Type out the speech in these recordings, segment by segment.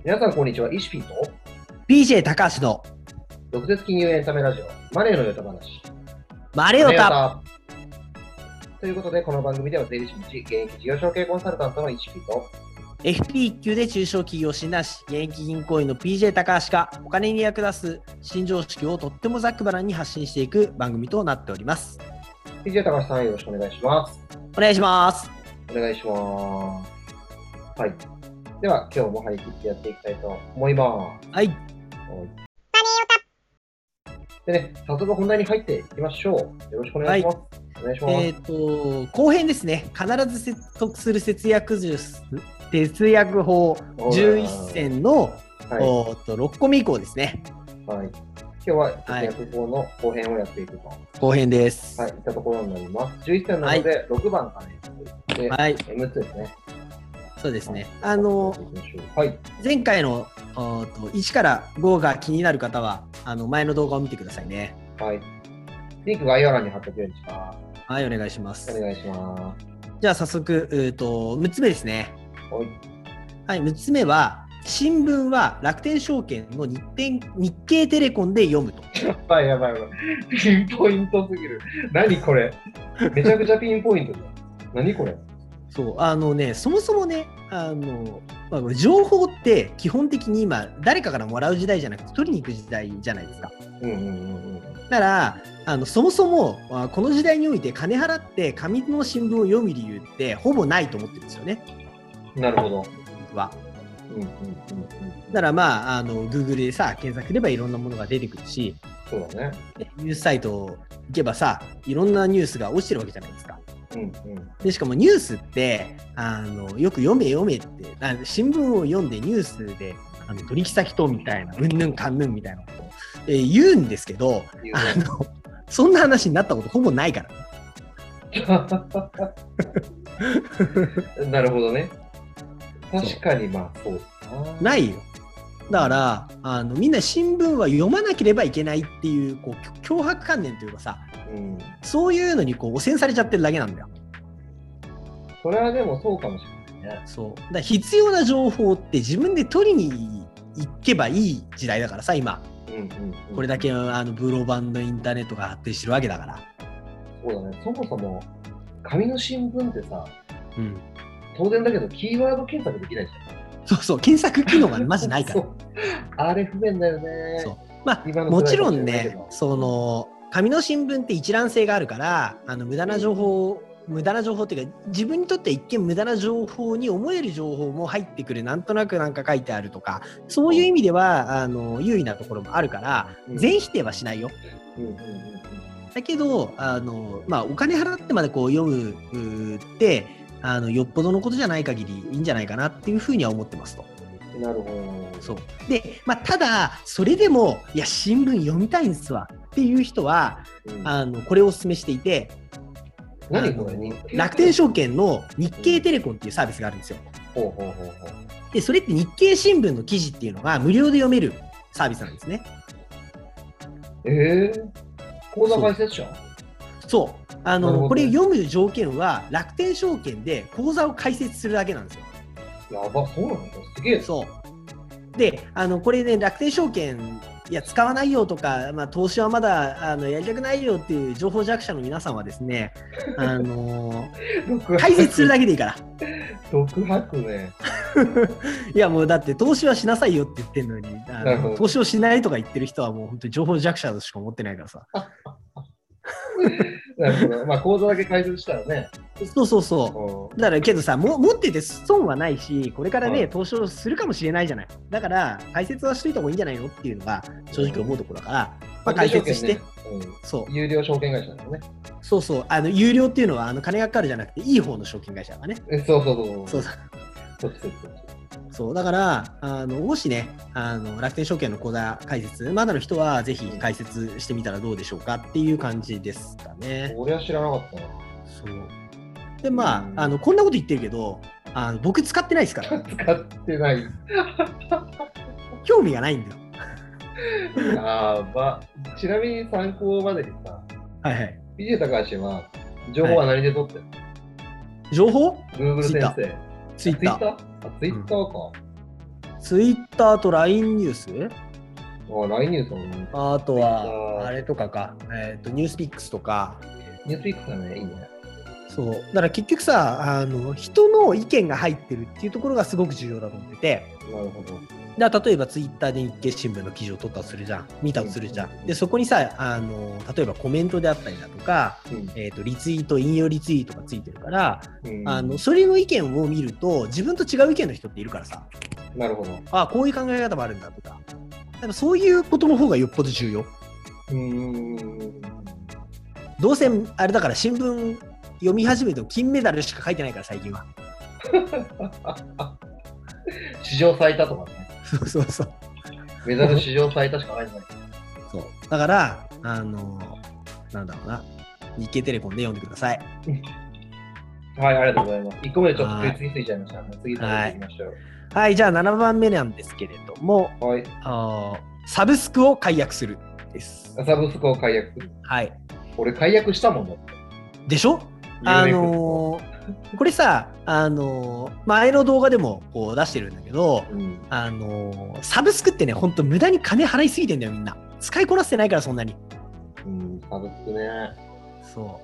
皆さんこんにちは。イシピーと PJ 高橋の毒舌金融エンタメラジオマネーのヨタ話マレオタ。 ということで、この番組では税理士のうち現役事業承継コンサルタントのイシピーと FP1 級で中小企業診断士、現役銀行員の PJ 高橋がお金に役立つ新常識をとってもざっくばらんに発信していく番組となっております。 PJ 高橋さん、よろしくお願いします。 お願いします。 お願いします。はい。では、今日も張り切ってやっていきたいと思います。 はい。 でね、早速本題に入っていきましょう。よろしくお願いします。お願いします。 後編ですね。必ず接続する節約法11選の、6個目以降ですね。 はい。今日は節約法の後編をやっていくと。 後編です。 はい、いったところになります。11選なので、6番からやっていって、 はい、 6つですね。 そうですね。 はい、 前回の1から5が気になる方は前の動画を見てくださいね。 はい。リンク概要欄に貼っておくようにします。 はい、お願いします。 お願いします。 じゃあ早速、6つ目ですね。 はい。 はい、6つ目は、新聞は楽天証券の日経テレコンで読むと。 やばい。ピンポイントすぎる。何これ。めちゃくちゃピンポイントだ。何これ。 そう、そもそもね、情報って基本的に今誰かからもらう時代じゃなくて取りに行く時代じゃないですか。だからそもそもこの時代において金払って紙の新聞を読む理由ってほぼないと思ってるんですよね。 なるほど。 だからGoogle でさ検索すればいろんなものが出てくるし、 そうだね。 ニュースサイト行けばさいろんなニュースが落ちてるわけじゃないですか。でしかもニュースってよく読めって新聞を読んでニュースで取引先とみたいなうんぬんかんぬんみたいなことを、言うんですけどそんな話になったことほぼないからなるほどね。確かにそうないよ。だからみんな新聞は読まなければいけないっていう脅迫観念というかさ、そういうのに汚染されちゃってるだけなんだよ。 それはでもそうかもしれないね。 そうだから必要な情報って自分で取りに行けばいい時代だからさ今、これだけブローバンドインターネットが発展してるわけだから。 そうだね。そもそも紙の新聞ってさ、当然だけどキーワード検索できないじゃん。 そう検索機能がマジないからあれ不便だよね。 もちろんね、紙の新聞って一覧性があるから無駄な情報っていうか自分にとって一見無駄な情報に思える情報も入ってくる、なんとなくなんか書いてあるとかそういう意味では優位なところもあるから全否定はしないよ。だけどお金払ってまで読むってよっぽどのことじゃない限りいいんじゃないかなっていうふうには思ってますと。 なるほど。 そうで、ただそれでもいや新聞読みたいんですわっていう人は、これをお勧めしていて、 何これ楽天証券の日経テレコンっていうサービスがあるんですよ。でそれって日経新聞の記事っていうのが無料で読めるサービスなんですね。 口座開設者？ そうこれ読む条件は楽天証券で口座を開設するだけなんですよ。 やば、そうなの？すげえ。 そうでこれね楽天証券いや使わないよとか、投資はまだやりたくないよっていう情報弱者の皆さんはですね解説するだけでいいから。 独白ね。 いやもうだって投資はしなさいよって言ってるのに投資をしないとか言ってる人はもう本当に情報弱者としか思ってないからさ。 なるほど。口座だけ開設したらね。 そうだからけどさ持ってて損はないしこれからね、投資をするかもしれないじゃない。だから解説はしといた方がいいんじゃないのっていうのが正直思うところだから、解説して、 有料証券会社だよね。 有料っていうのは金がかかるじゃなくていい方の証券会社がね。そうだからもしね楽天証券の口座開設まだの人はぜひ開設してみたらどうでしょうかっていう感じですかね。 俺は知らなかったな。 そうでこんなこと言ってるけど僕使ってないですから。 使ってない。 興味がないんだよ。 ちなみに参考までにさ、PJ 高橋は情報は何で取ってるの？ 情報？ Google 先生。 Twitter。 ツイッターか。 ツイッターと LINE ニュース、 LINE ニュースもね。 あとは、あれとかか、ニュースピックスとか。 ニュースピックスはね、いいね。 そう。だから結局さ、人の意見が入ってるっていうところがすごく重要だと思ってて。 なるほど。 例えばツイッターで日経新聞の記事を取ったとするじゃん。見たとするじゃん。で、そこにさ、例えばコメントであったりだとか、リツイート、引用リツイートがついてるから、それの意見を見ると、自分と違う意見の人っているからさ。 なるほど。 こういう考え方もあるんだとか。そういうことの方がよっぽど重要。どうせ、あれだから新聞読み始めても金メダルしか書いてないから、最近は。 史上最多とかね。 そう。 メダル史上最多しかないんだよ。 そう。だから、なんだろうな。日経テレコンで読んでください。 はい、ありがとうございます。1個目でちょっと食いついちゃいましたね。次からいきましょう。 はい、じゃあ7番目なんですけれども、 はい、 サブスクを解約するです。 サブスクを解約する。 はい。 俺解約したもんだって。 でしょ？これさ、前の動画でもこう出してるんだけど、サブスクってね、ほんと無駄に金払いすぎてんだよ、みんな。使いこなせてないから、そんなに。 サブスクね。 そう。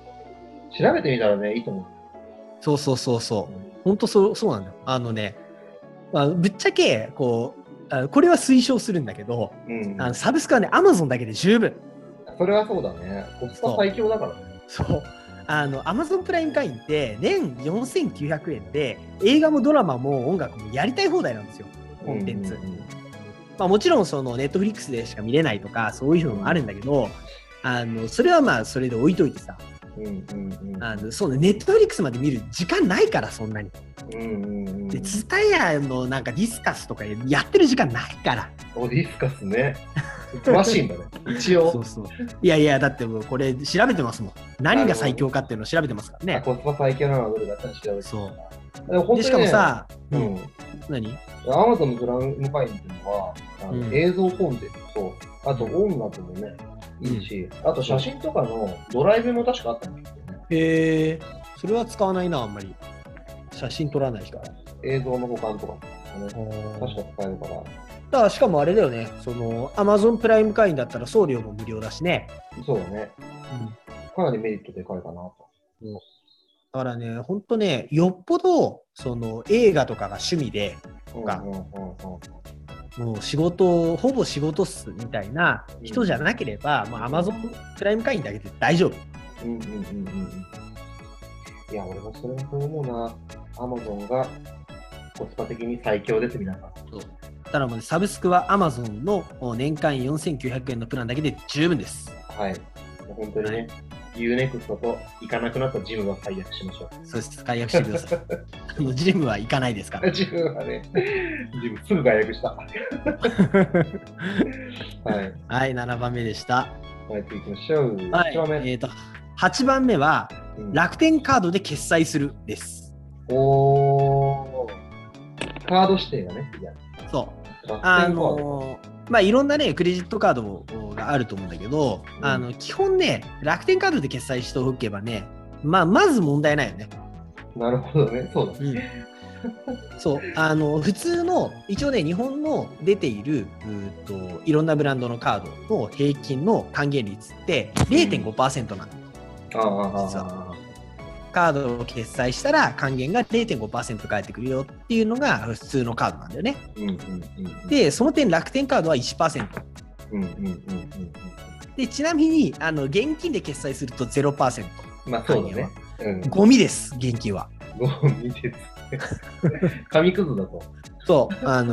調べてみたらね、いいと思う。 そう。ほんとそうなんだよ。ぶっちゃけ、これは推奨するんだけど、サブスクはね、Amazon だけで十分。 それはそうだね。コスパ最強だからね。 そう。Amazon プライム会員って年4900円で映画もドラマも音楽もやりたい放題なんですよ、コンテンツ。もちろんそのNetflix でしか見れないとかそういうのもあるんだけど、それはまあそれで置いといてさ、そうね、Netflix まで見る時間ないから、そんなに。で、TSUTAYAのなんかディスカスとかやってる時間ないから。 ディスカスね。詳しいんだね。一応。 そう。いや、だってもうこれ調べてますもん。何が最強かっていうのを調べてますからね。 コスパ最強なのはどれだったら調べて。 そう。で、しかもさ、何？ Amazon のプライム会員っていうのは、映像コンテンツと、あと音楽もね、いいし、あと写真とかのドライブも確かあったんですよね。 へえ、それは使わないな、あんまり。写真撮らないから。 映像の保管とかもね、確か使えるから。 だからしかもあれだよね、Amazon プライム会員だったら送料も無料だしね。 そうだね。かなりメリットでかいかなと。 だからね、ほんとね、よっぽど映画とかが趣味でとか、もうほぼ仕事っすみたいな人じゃなければ、Amazon プライム会員だけで大丈夫。 いや、俺もそれはそう思うな。Amazon がコスパ的に最強です、皆さん。 だからもうサブスクは Amazon の年間4900円のプランだけで十分です。 はい。本当にね、UNEXT と行かなくなったジムは解約しましょう。 そうです、解約してください。ジムは行かないですから。 ジムはね、ジムすぐ解約した。はい、 7番目でした。 はい、次行きましょう。 8番目。8番目は、楽天カードで決済するです。 カード指定がね、 そう。いろんなね、クレジットカードがあると思うんだけど、基本ね、楽天カードで決済しておけばね、まず問題ないよね。 なるほどね、そうだね。 そう、普通の、一応ね、日本の出ている、いろんなブランドのカードの平均の還元率って 0.5% なんだ。実は。カードを決済したら還元が 0.5% 返ってくるよっていうのが普通のカードなんだよね。で、その点楽天カードは 1%。で、ちなみに現金で決済すると 0%。 そうだね。 ゴミです、現金は。 ゴミです。紙くずだと。 そう、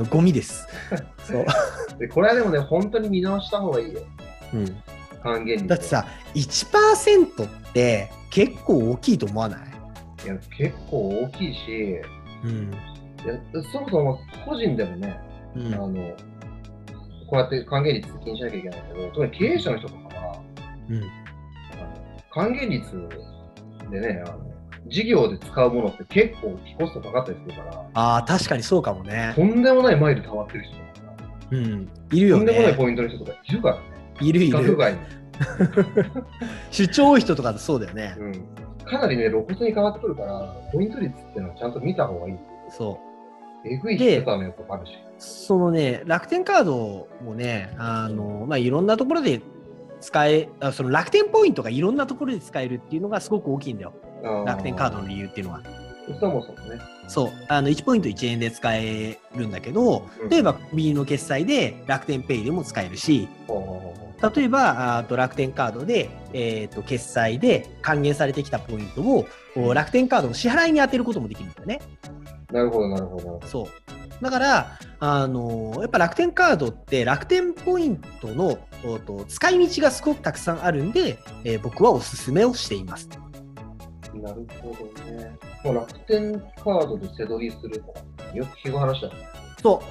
ゴミです。そうでこれはでもね、本当に見直した方がいいよ。還元率。 だってさ、1% って結構大きいと思わない？ いや、結構大きいし、いやそもそも個人でもね、こうやって還元率気にしなきゃいけないけど、特に経営者の人とかは、還元率でね、事業で使うものって結構コストかかったりするから。 確かにそうかもね。 とんでもないマイル溜まってる人とか。 いるよね。 とんでもないポイントの人とかいるからね。 いる。出張多い人とかそうだよね。 かなりね、露骨に変わってくるから、ポイント率っていうのはちゃんと見た方がいい。 そえぐい引き方のやつもあるし。 そのね、楽天カードもね、いろんなところでその楽天ポイントがいろんなところで使えるっていうのがすごく大きいんだよ。楽天カードの理由っていうのは。 そもそもね。 そう。1ポイント1円で使えるんだけど、例えば、B の決済で楽天ペイでも使えるし、例えば楽天カードで、決済で還元されてきたポイントを楽天カードの支払いに当てることもできるんだよね。 なるほど、なるほど。 そう。だから、やっぱ楽天カードって楽天ポイントの使い道がすごくたくさんあるんで、僕はおすすめをしています。 なるほどね。もう楽天カードで背取りするとか、よく聞く話だね。 そう、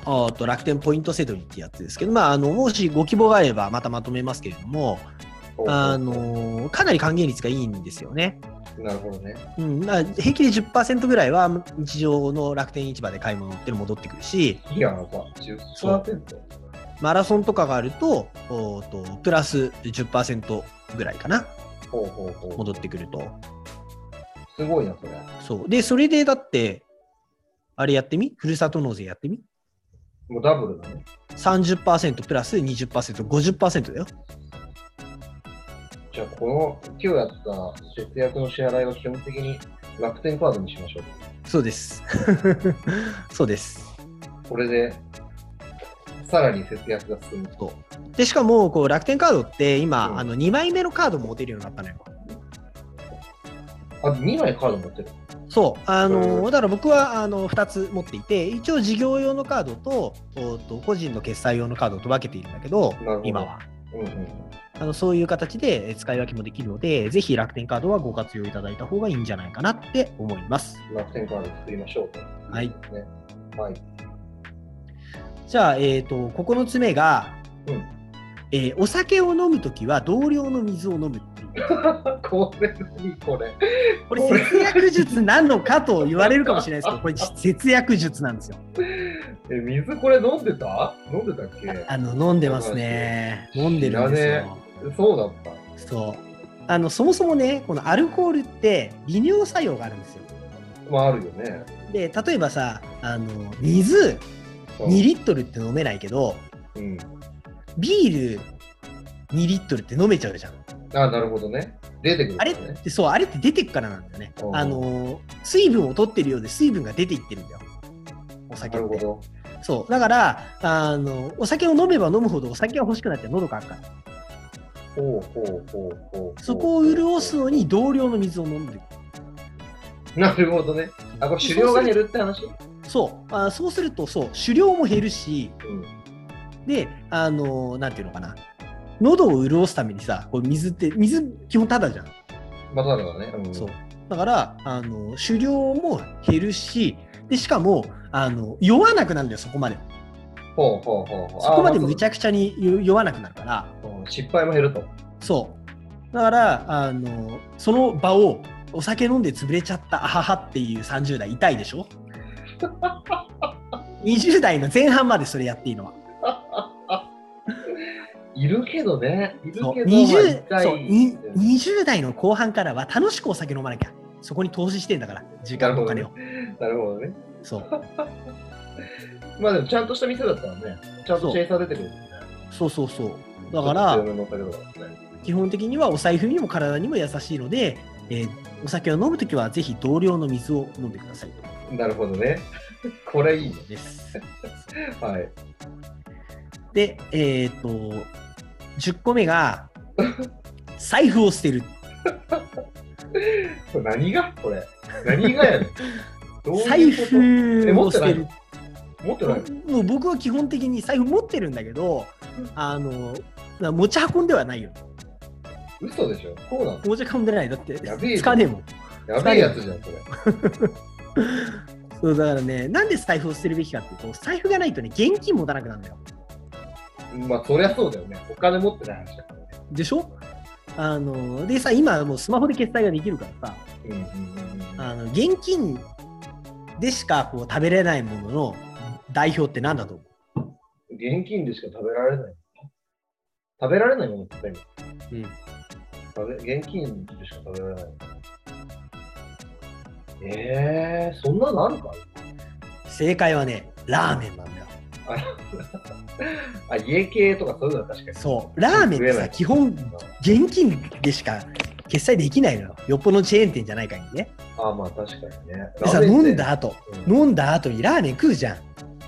楽天ポイント背取りってやつですけど、もしご希望があればまたまとめますけれども、かなり還元率がいいんですよね。 なるほどね。 平気で 10% ぐらいは日常の楽天市場で買い物っていうの戻ってくるし、 いや、10%? マラソンとかがあると、プラス 10% ぐらいかな。戻ってくると。 すごいな、それ。 そう。で、それでだって、あれやってみ？ふるさと納税やってみ？ もうダブルだね。 30% プラス 20%、50% だよ。 じゃあ、今日やった節約の支払いは基本的に楽天カードにしましょう。 そうです。そうです。 これで、さらに節約が進むと。 で、しかも、楽天カードって今、2枚目のカードも持てるようになったのよ。 2枚カード持ってる？ そう。だから僕は2つ持っていて、一応事業用のカードと、個人の決済用のカードと分けているんだけど、今は。そういう形で使い分けもできるので、ぜひ楽天カードはご活用いただいた方がいいんじゃないかなって思います。 楽天カード作りましょうと。 はい。 はい。じゃあ、9つ目が、お酒を飲むときは同量の水を飲むっていう。 これ節約術なのかと言われるかもしれないですけど、これ節約術なんですよ。 水これ飲んでたっけ？ 飲んでますね。飲んでるんですよ。 そうだった。 そう。そもそもね、このアルコールって利尿作用があるんですよ。 あるよね。 で、例えばさ、水2リットルって飲めないけど、ビール2リットルって飲めちゃうじゃん。 なるほどね。出てくる、ね。 あれって出てくからなんだよね。水分を取ってるようで水分が出ていってるんだよ。お酒って。なるほど。そう。だから、お酒を飲めば飲むほどお酒が欲しくなって喉が渇くから。そこを潤すのに同量の水を飲んでる。 なるほどね。これ酒量が減るって話？ そう。そうすると、酒量も減るし、で、なんていうのかな。喉を潤すためにさ、これ水基本タダじゃん。 タダだね。 そう。だから、酒量も減るし、で、しかも、酔わなくなるんだよ、そこまで。そこまでむちゃくちゃに酔わなくなるから。 失敗も減ると。 そう。だから、その場をお酒飲んで潰れちゃったあははっていう30代痛いでしょ20代の前半までそれやっていいのは。 いるけどね。 20代の後半からは楽しくお酒飲まなきゃ。そこに投資してんだから、時間とお金を。 なるほどね。 そう。 まあでもちゃんとした店だったらね、ちゃんとチェイサー出てくるんですね。 そう。だから、基本的にはお財布にも体にも優しいので、お酒を飲むときはぜひ同量の水を飲んでください。 なるほどね。これいいです。 はい。 で、10個目が、財布を捨てる。 これ何がやねん。 財布を捨てる。 持ってない？ もう僕は基本的に財布持ってるんだけど、持ち運んではないよ。 嘘でしょ？そうなの？ 持ち運んでない。だって、使わねえもん。 やべえやつじゃん、これ。 そうだからね、なんで財布を捨てるべきかっていうと、財布がないとね、現金持たなくなるんだよ。 まあ、そりゃそうだよね。お金持ってない話だからね。 でしょ？でさ、今もうスマホで決済ができるからさ、現金でしかこう食べれないものの代表って何だと思う？ 現金でしか食べられない。食べられないものって何？現金でしか食べられない。そんなのあるか？ 正解はね、ラーメンなんだよ。 家系とかそういうのは確かに。 そう、ラーメンってさ、基本、現金でしか決済できないのよ。よっぽどのチェーン店じゃない限りね。 まあ確かにね。 でさ、飲んだ後にラーメン食うじゃん。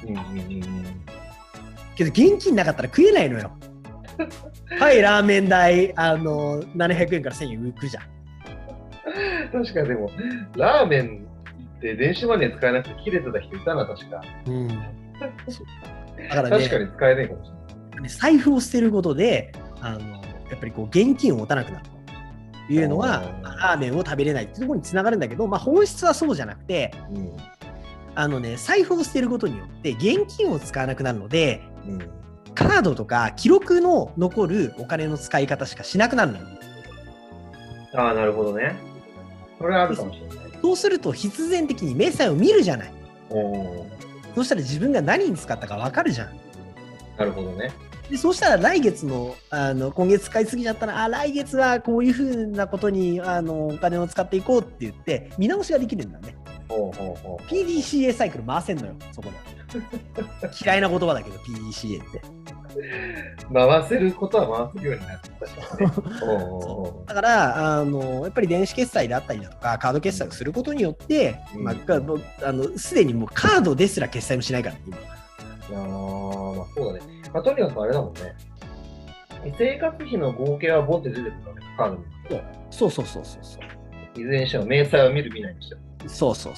けど、現金なかったら食えないのよ。はい、ラーメン代、700円から1000円浮くじゃん。 確かにでも、ラーメンって電子マネー使えなくて切れてた人いたな、確か。だからね、確かに使えないかもしれない。 財布を捨てることで、やっぱりこう現金を持たなくなるというのは、ラーメンを食べれないっていうところにつながるんだけど、本質はそうじゃなくて、財布を捨てることによって現金を使わなくなるので、カードとか記録の残るお金の使い方しかしなくなるのよ。 なるほどね。それはあるかもしれない。 そうすると必然的に明細を見るじゃない。そうしたら自分が何に使ったか分かるじゃん。 なるほどね。 でそうしたら来月の、今月使いすぎちゃったら、来月はこういうふうなことにお金を使っていこうって言って見直しができるんだね。PDCA サイクル回せんのよ、そこで。嫌いな言葉だけど PDCA って。 回せることは回せるようになっただからやっぱり電子決済であったりだとかカード決済をすることによって、すでにもうカードですら決済もしないから今。 そうだね。とにかくあれだもんね。生活費の合計はボンって出てくるわけだ、カードに。 そう。 いずれにしても明細を見る見ないにしても。 そう。 そ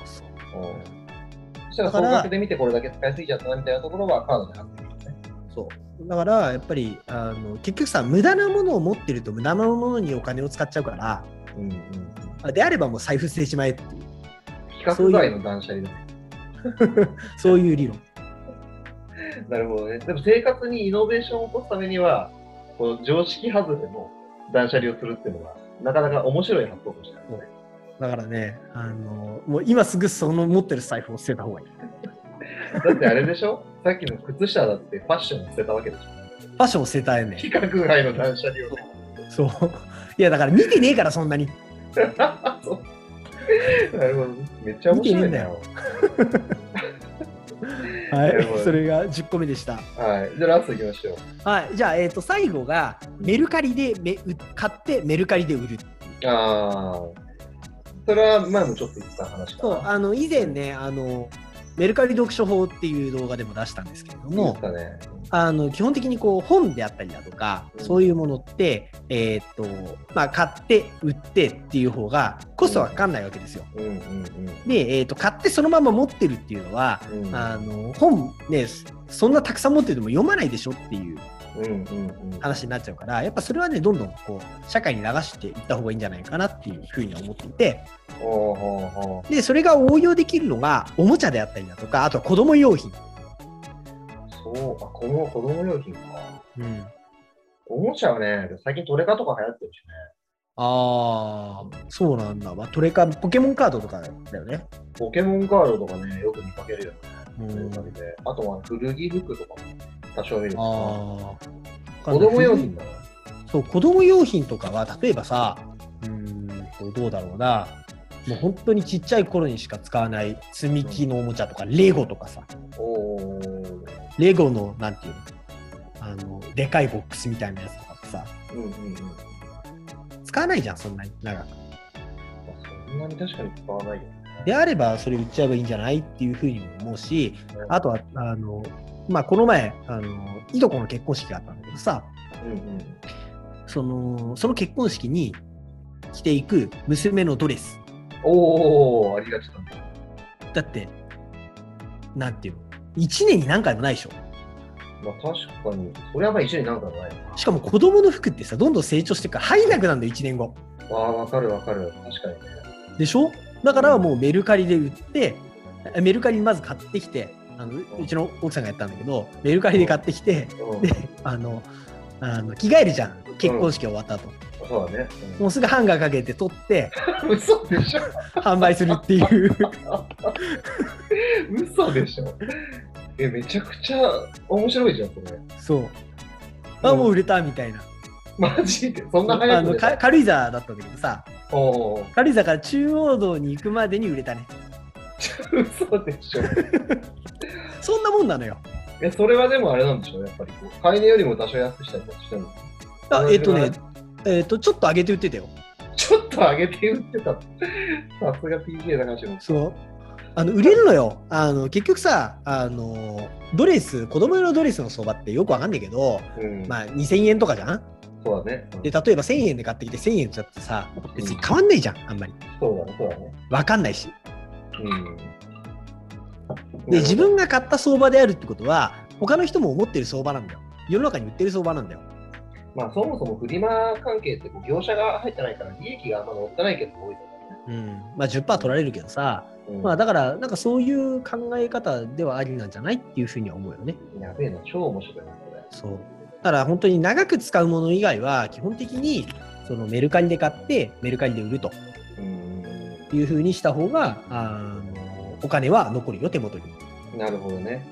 したら総額で見てこれだけ使いすぎちゃったなみたいなところはカードで貼ってるんですね。 そうだからやっぱり結局さ、無駄なものを持ってると無駄なものにお金を使っちゃうから、であればもう財布捨ててしまえっていう規格外の断捨離だね。 そういう理論。 なるほどね。でも生活にイノベーションを起こすためにはこの常識外れの断捨離をするっていうのはなかなか面白い発想としてあるね。 だからね、もう今すぐその持ってる財布を捨てた方がいい。 だってあれでしょ、さっきの靴下だってファッションを捨てたわけでしょ。 ファッションを捨てたよね。 規格外の断捨離をね。 そう。いやだから見てねえからそんなに。 なるほど。めっちゃ面白いんだよ。 はい、それが10個目でした。 はい、じゃあラストいきましょう。 はい、じゃあ、最後がメルカリで買ってメルカリで売る。 それは前もちょっと言った話かな。 そう、以前ね、メルカリ読書法っていう動画でも出したんですけれども、基本的にこう本であったりだとか、そういうものって、買って売ってっていう方がコストはかかんないわけですよ。で、買ってそのまま持ってるっていうのは、本ね、そんなたくさん持ってても読まないでしょっていう話になっちゃうから、やっぱそれはね、どんどんこう社会に流していった方がいいんじゃないかなっていうふうには思っていて、でそれが応用できるのがおもちゃであったりだとか、あとは子供用品。 子供用品か。おもちゃはね、最近トレカとか流行ってるしね。 そうなんだ。トレカ、ポケモンカードとかだよね。 ポケモンカードとかね、よく見かけるよね。あとは古着服とかも多少見るし。子供用品だな。 そう、子供用品とかは、例えばさ、どうだろうな。もう本当にちっちゃい頃にしか使わない積み木のおもちゃとか、レゴとかさ。レゴの、なんていうの、でかいボックスみたいなやつとかってさ、使わないじゃん、そんなに長く。 そんなに確かに使わないよね。 であれば、それ売っちゃえばいいんじゃないっていうふうに思うし、あとは、この前、いとこの結婚式があったんだけどさ、その結婚式に着ていく娘のドレス。 ありがちだね。 だって、なんていうの、1年に何回もないでしょ。 確かに。それは1年に何回もないな。 しかも子供の服ってさ、どんどん成長していくから入んなくなるんだよ、1年後。 わかる。確かにね。 でしょ？だからもうメルカリで売って、メルカリにまず買ってきて、うちの奥さんがやったんだけど、メルカリで買ってきて、で、着替えるじゃん、結婚式終わった後。 そうだね。 もうすぐハンガーかけて取って、 嘘でしょ。 販売するっていう。 嘘でしょ。めちゃくちゃ面白いじゃん、これ。 そう。もう売れたみたいな。 マジでそんな早く軽井沢だったんだけどさ、軽井沢から中央道に行くまでに売れたね。 嘘でしょ。 そんなもんなのよ。 それはでもあれなんでしょう、やっぱり買い値よりも多少安くしたりとかしてるの。 ちょっと上げて売ってたよ。 ちょっと上げて売ってた。さすが PK だなしも。 そう。売れるのよ。結局さ、ドレス、子供用のドレスの相場ってよくわかんないけど、まあ2000円とかじゃん。 そうだね。 で、例えば1000円で買ってきて1000円ちゃってさ、別に変わんないじゃん、あんまり。 そうだね、そうだね。 わかんないし。で、自分が買った相場であるってことは、他の人も思ってる相場なんだよ。世の中に売ってる相場なんだよ。 まあ、そもそもフリマ関係って業者が入ってないから利益があんま乗ってないけど多いからね。まあ 10% 取られるけどさ、まあだからなんかそういう考え方ではありなんじゃないっていうふうには思うよね。 やべえな、超面白いな、これ。 そう。だから本当に長く使うもの以外は基本的にそのメルカリで買ってメルカリで売るというふうにした方がお金は残るよ、手元に。 なるほどね。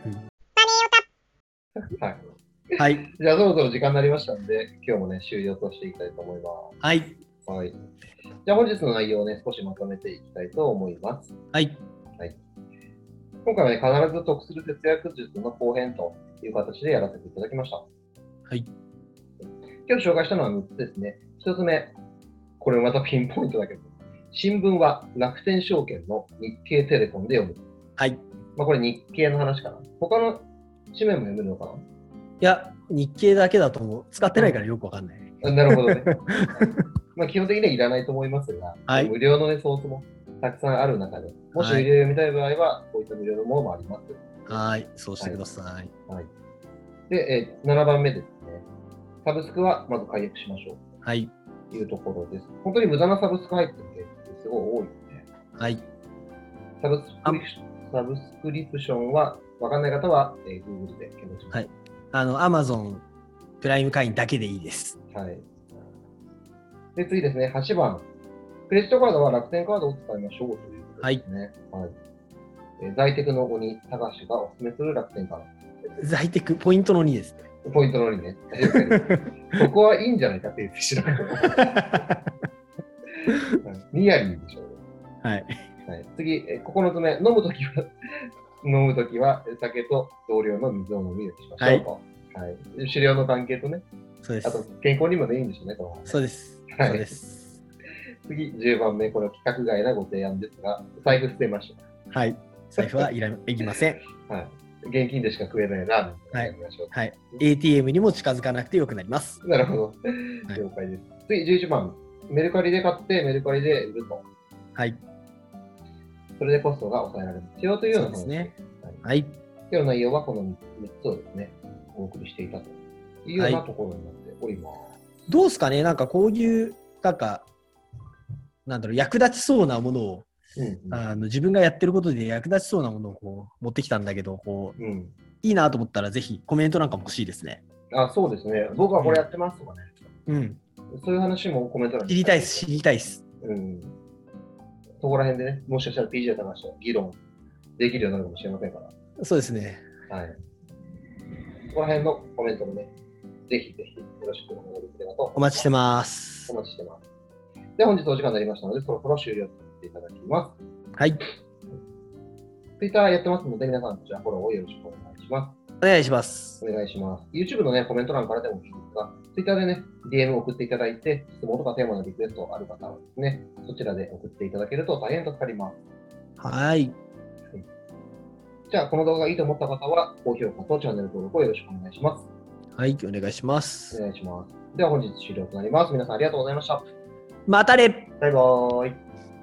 はい。 はい。 じゃあそろそろ時間になりましたので、今日もね、終了としていきたいと思います。 はい。 はい。じゃあ本日の内容をね、少しまとめていきたいと思います。 はい。 はい。今回はね、必ず得する節約術の後編という形でやらせていただきました。 はい。 今日紹介したのは3つですね。1つ目、これまたピンポイントだけど、新聞は楽天証券の日経テレコンで読む。 はい。 まあこれ日経の話かな。他の紙面も読めるのかな？ いや、日経だけだと思う。使ってないからよくわかんない。 なるほどね。まあ基本的にはいらないと思いますが、はい、無料の、ね、ソースもたくさんある中で、もし無料で読みたい場合は、こういった無料のものもあります。 はい、そうしてください。 はい。で、7番目ですね。サブスクはまず解約しましょう。 はい。 というところです。本当に無駄なサブスク入ってるケースってすごい多いので、 はい。 サブスクリプションは分かんない方は、Google で検索します。 はい。Amazon プライム会員だけでいいです。 はい。で、次ですね、8番。クレジットカードは楽天カードを使いましょうということですね。はい。はい、在テクの鬼、高橋がお勧めする楽天カード。在テク、ポイントの2ですね。 ポイントの2ね。ここはいいんじゃないかって言って知らない。ニアリーでしょう。 はい。 はい、次、9つ目。飲むときは酒と同量の水を飲むようにしましょうと。はい。狩猟の関係とね。 そうです。 あと、健康にもいいんでしょうね、 そうです。 はい。 そうです。 次、10番目。これは規格外なご提案ですが、財布捨てましょう。はい。財布はいりません。 はい。現金でしか食えないラーメンをやりましょう。 はい。ATM にも近づかなくてよくなります。 なるほど。了解です。次、11番。メルカリで買ってメルカリで売ると。 はい。 それでコストが抑えられますよというような話ですね。 はい。 今日の内容はこの3つをですね、お送りしていたというようなところになっております。 どうですかね、なんかこういう、なんか、なんだろう、役立ちそうなものを、自分がやってることで役立ちそうなものをこう持ってきたんだけど、いいなと思ったらぜひコメントなんかも欲しいですね。 あ、そうですね。僕はこれやってますとかね。そういう話もコメント欄に知りたいです、知りたいです。 そこら辺でね、もしかしたら PJ 高橋と議論できるようになるかもしれませんから。 そうですね。 はい。そこら辺のコメントもね、ぜひぜひよろしくお願いできればと。 お待ちしてます。 お待ちしてます。では本日お時間になりましたので、そろそろ終了させていただきます。 はい。 Twitter やってますので、皆さんこちらフォローをよろしくお願いします。 お願いします。 お願いします。YouTube のね、コメント欄からでもいいですが、Twitter でね、DM を送っていただいて、質問とかテーマのリクエストある方はですね、そちらで送っていただけると大変助かります。 はい。 じゃあ、この動画がいいと思った方は、高評価とチャンネル登録をよろしくお願いします。 はい、お願いします。 お願いします。では本日終了となります。皆さんありがとうございました。 またね。 バイバーイ。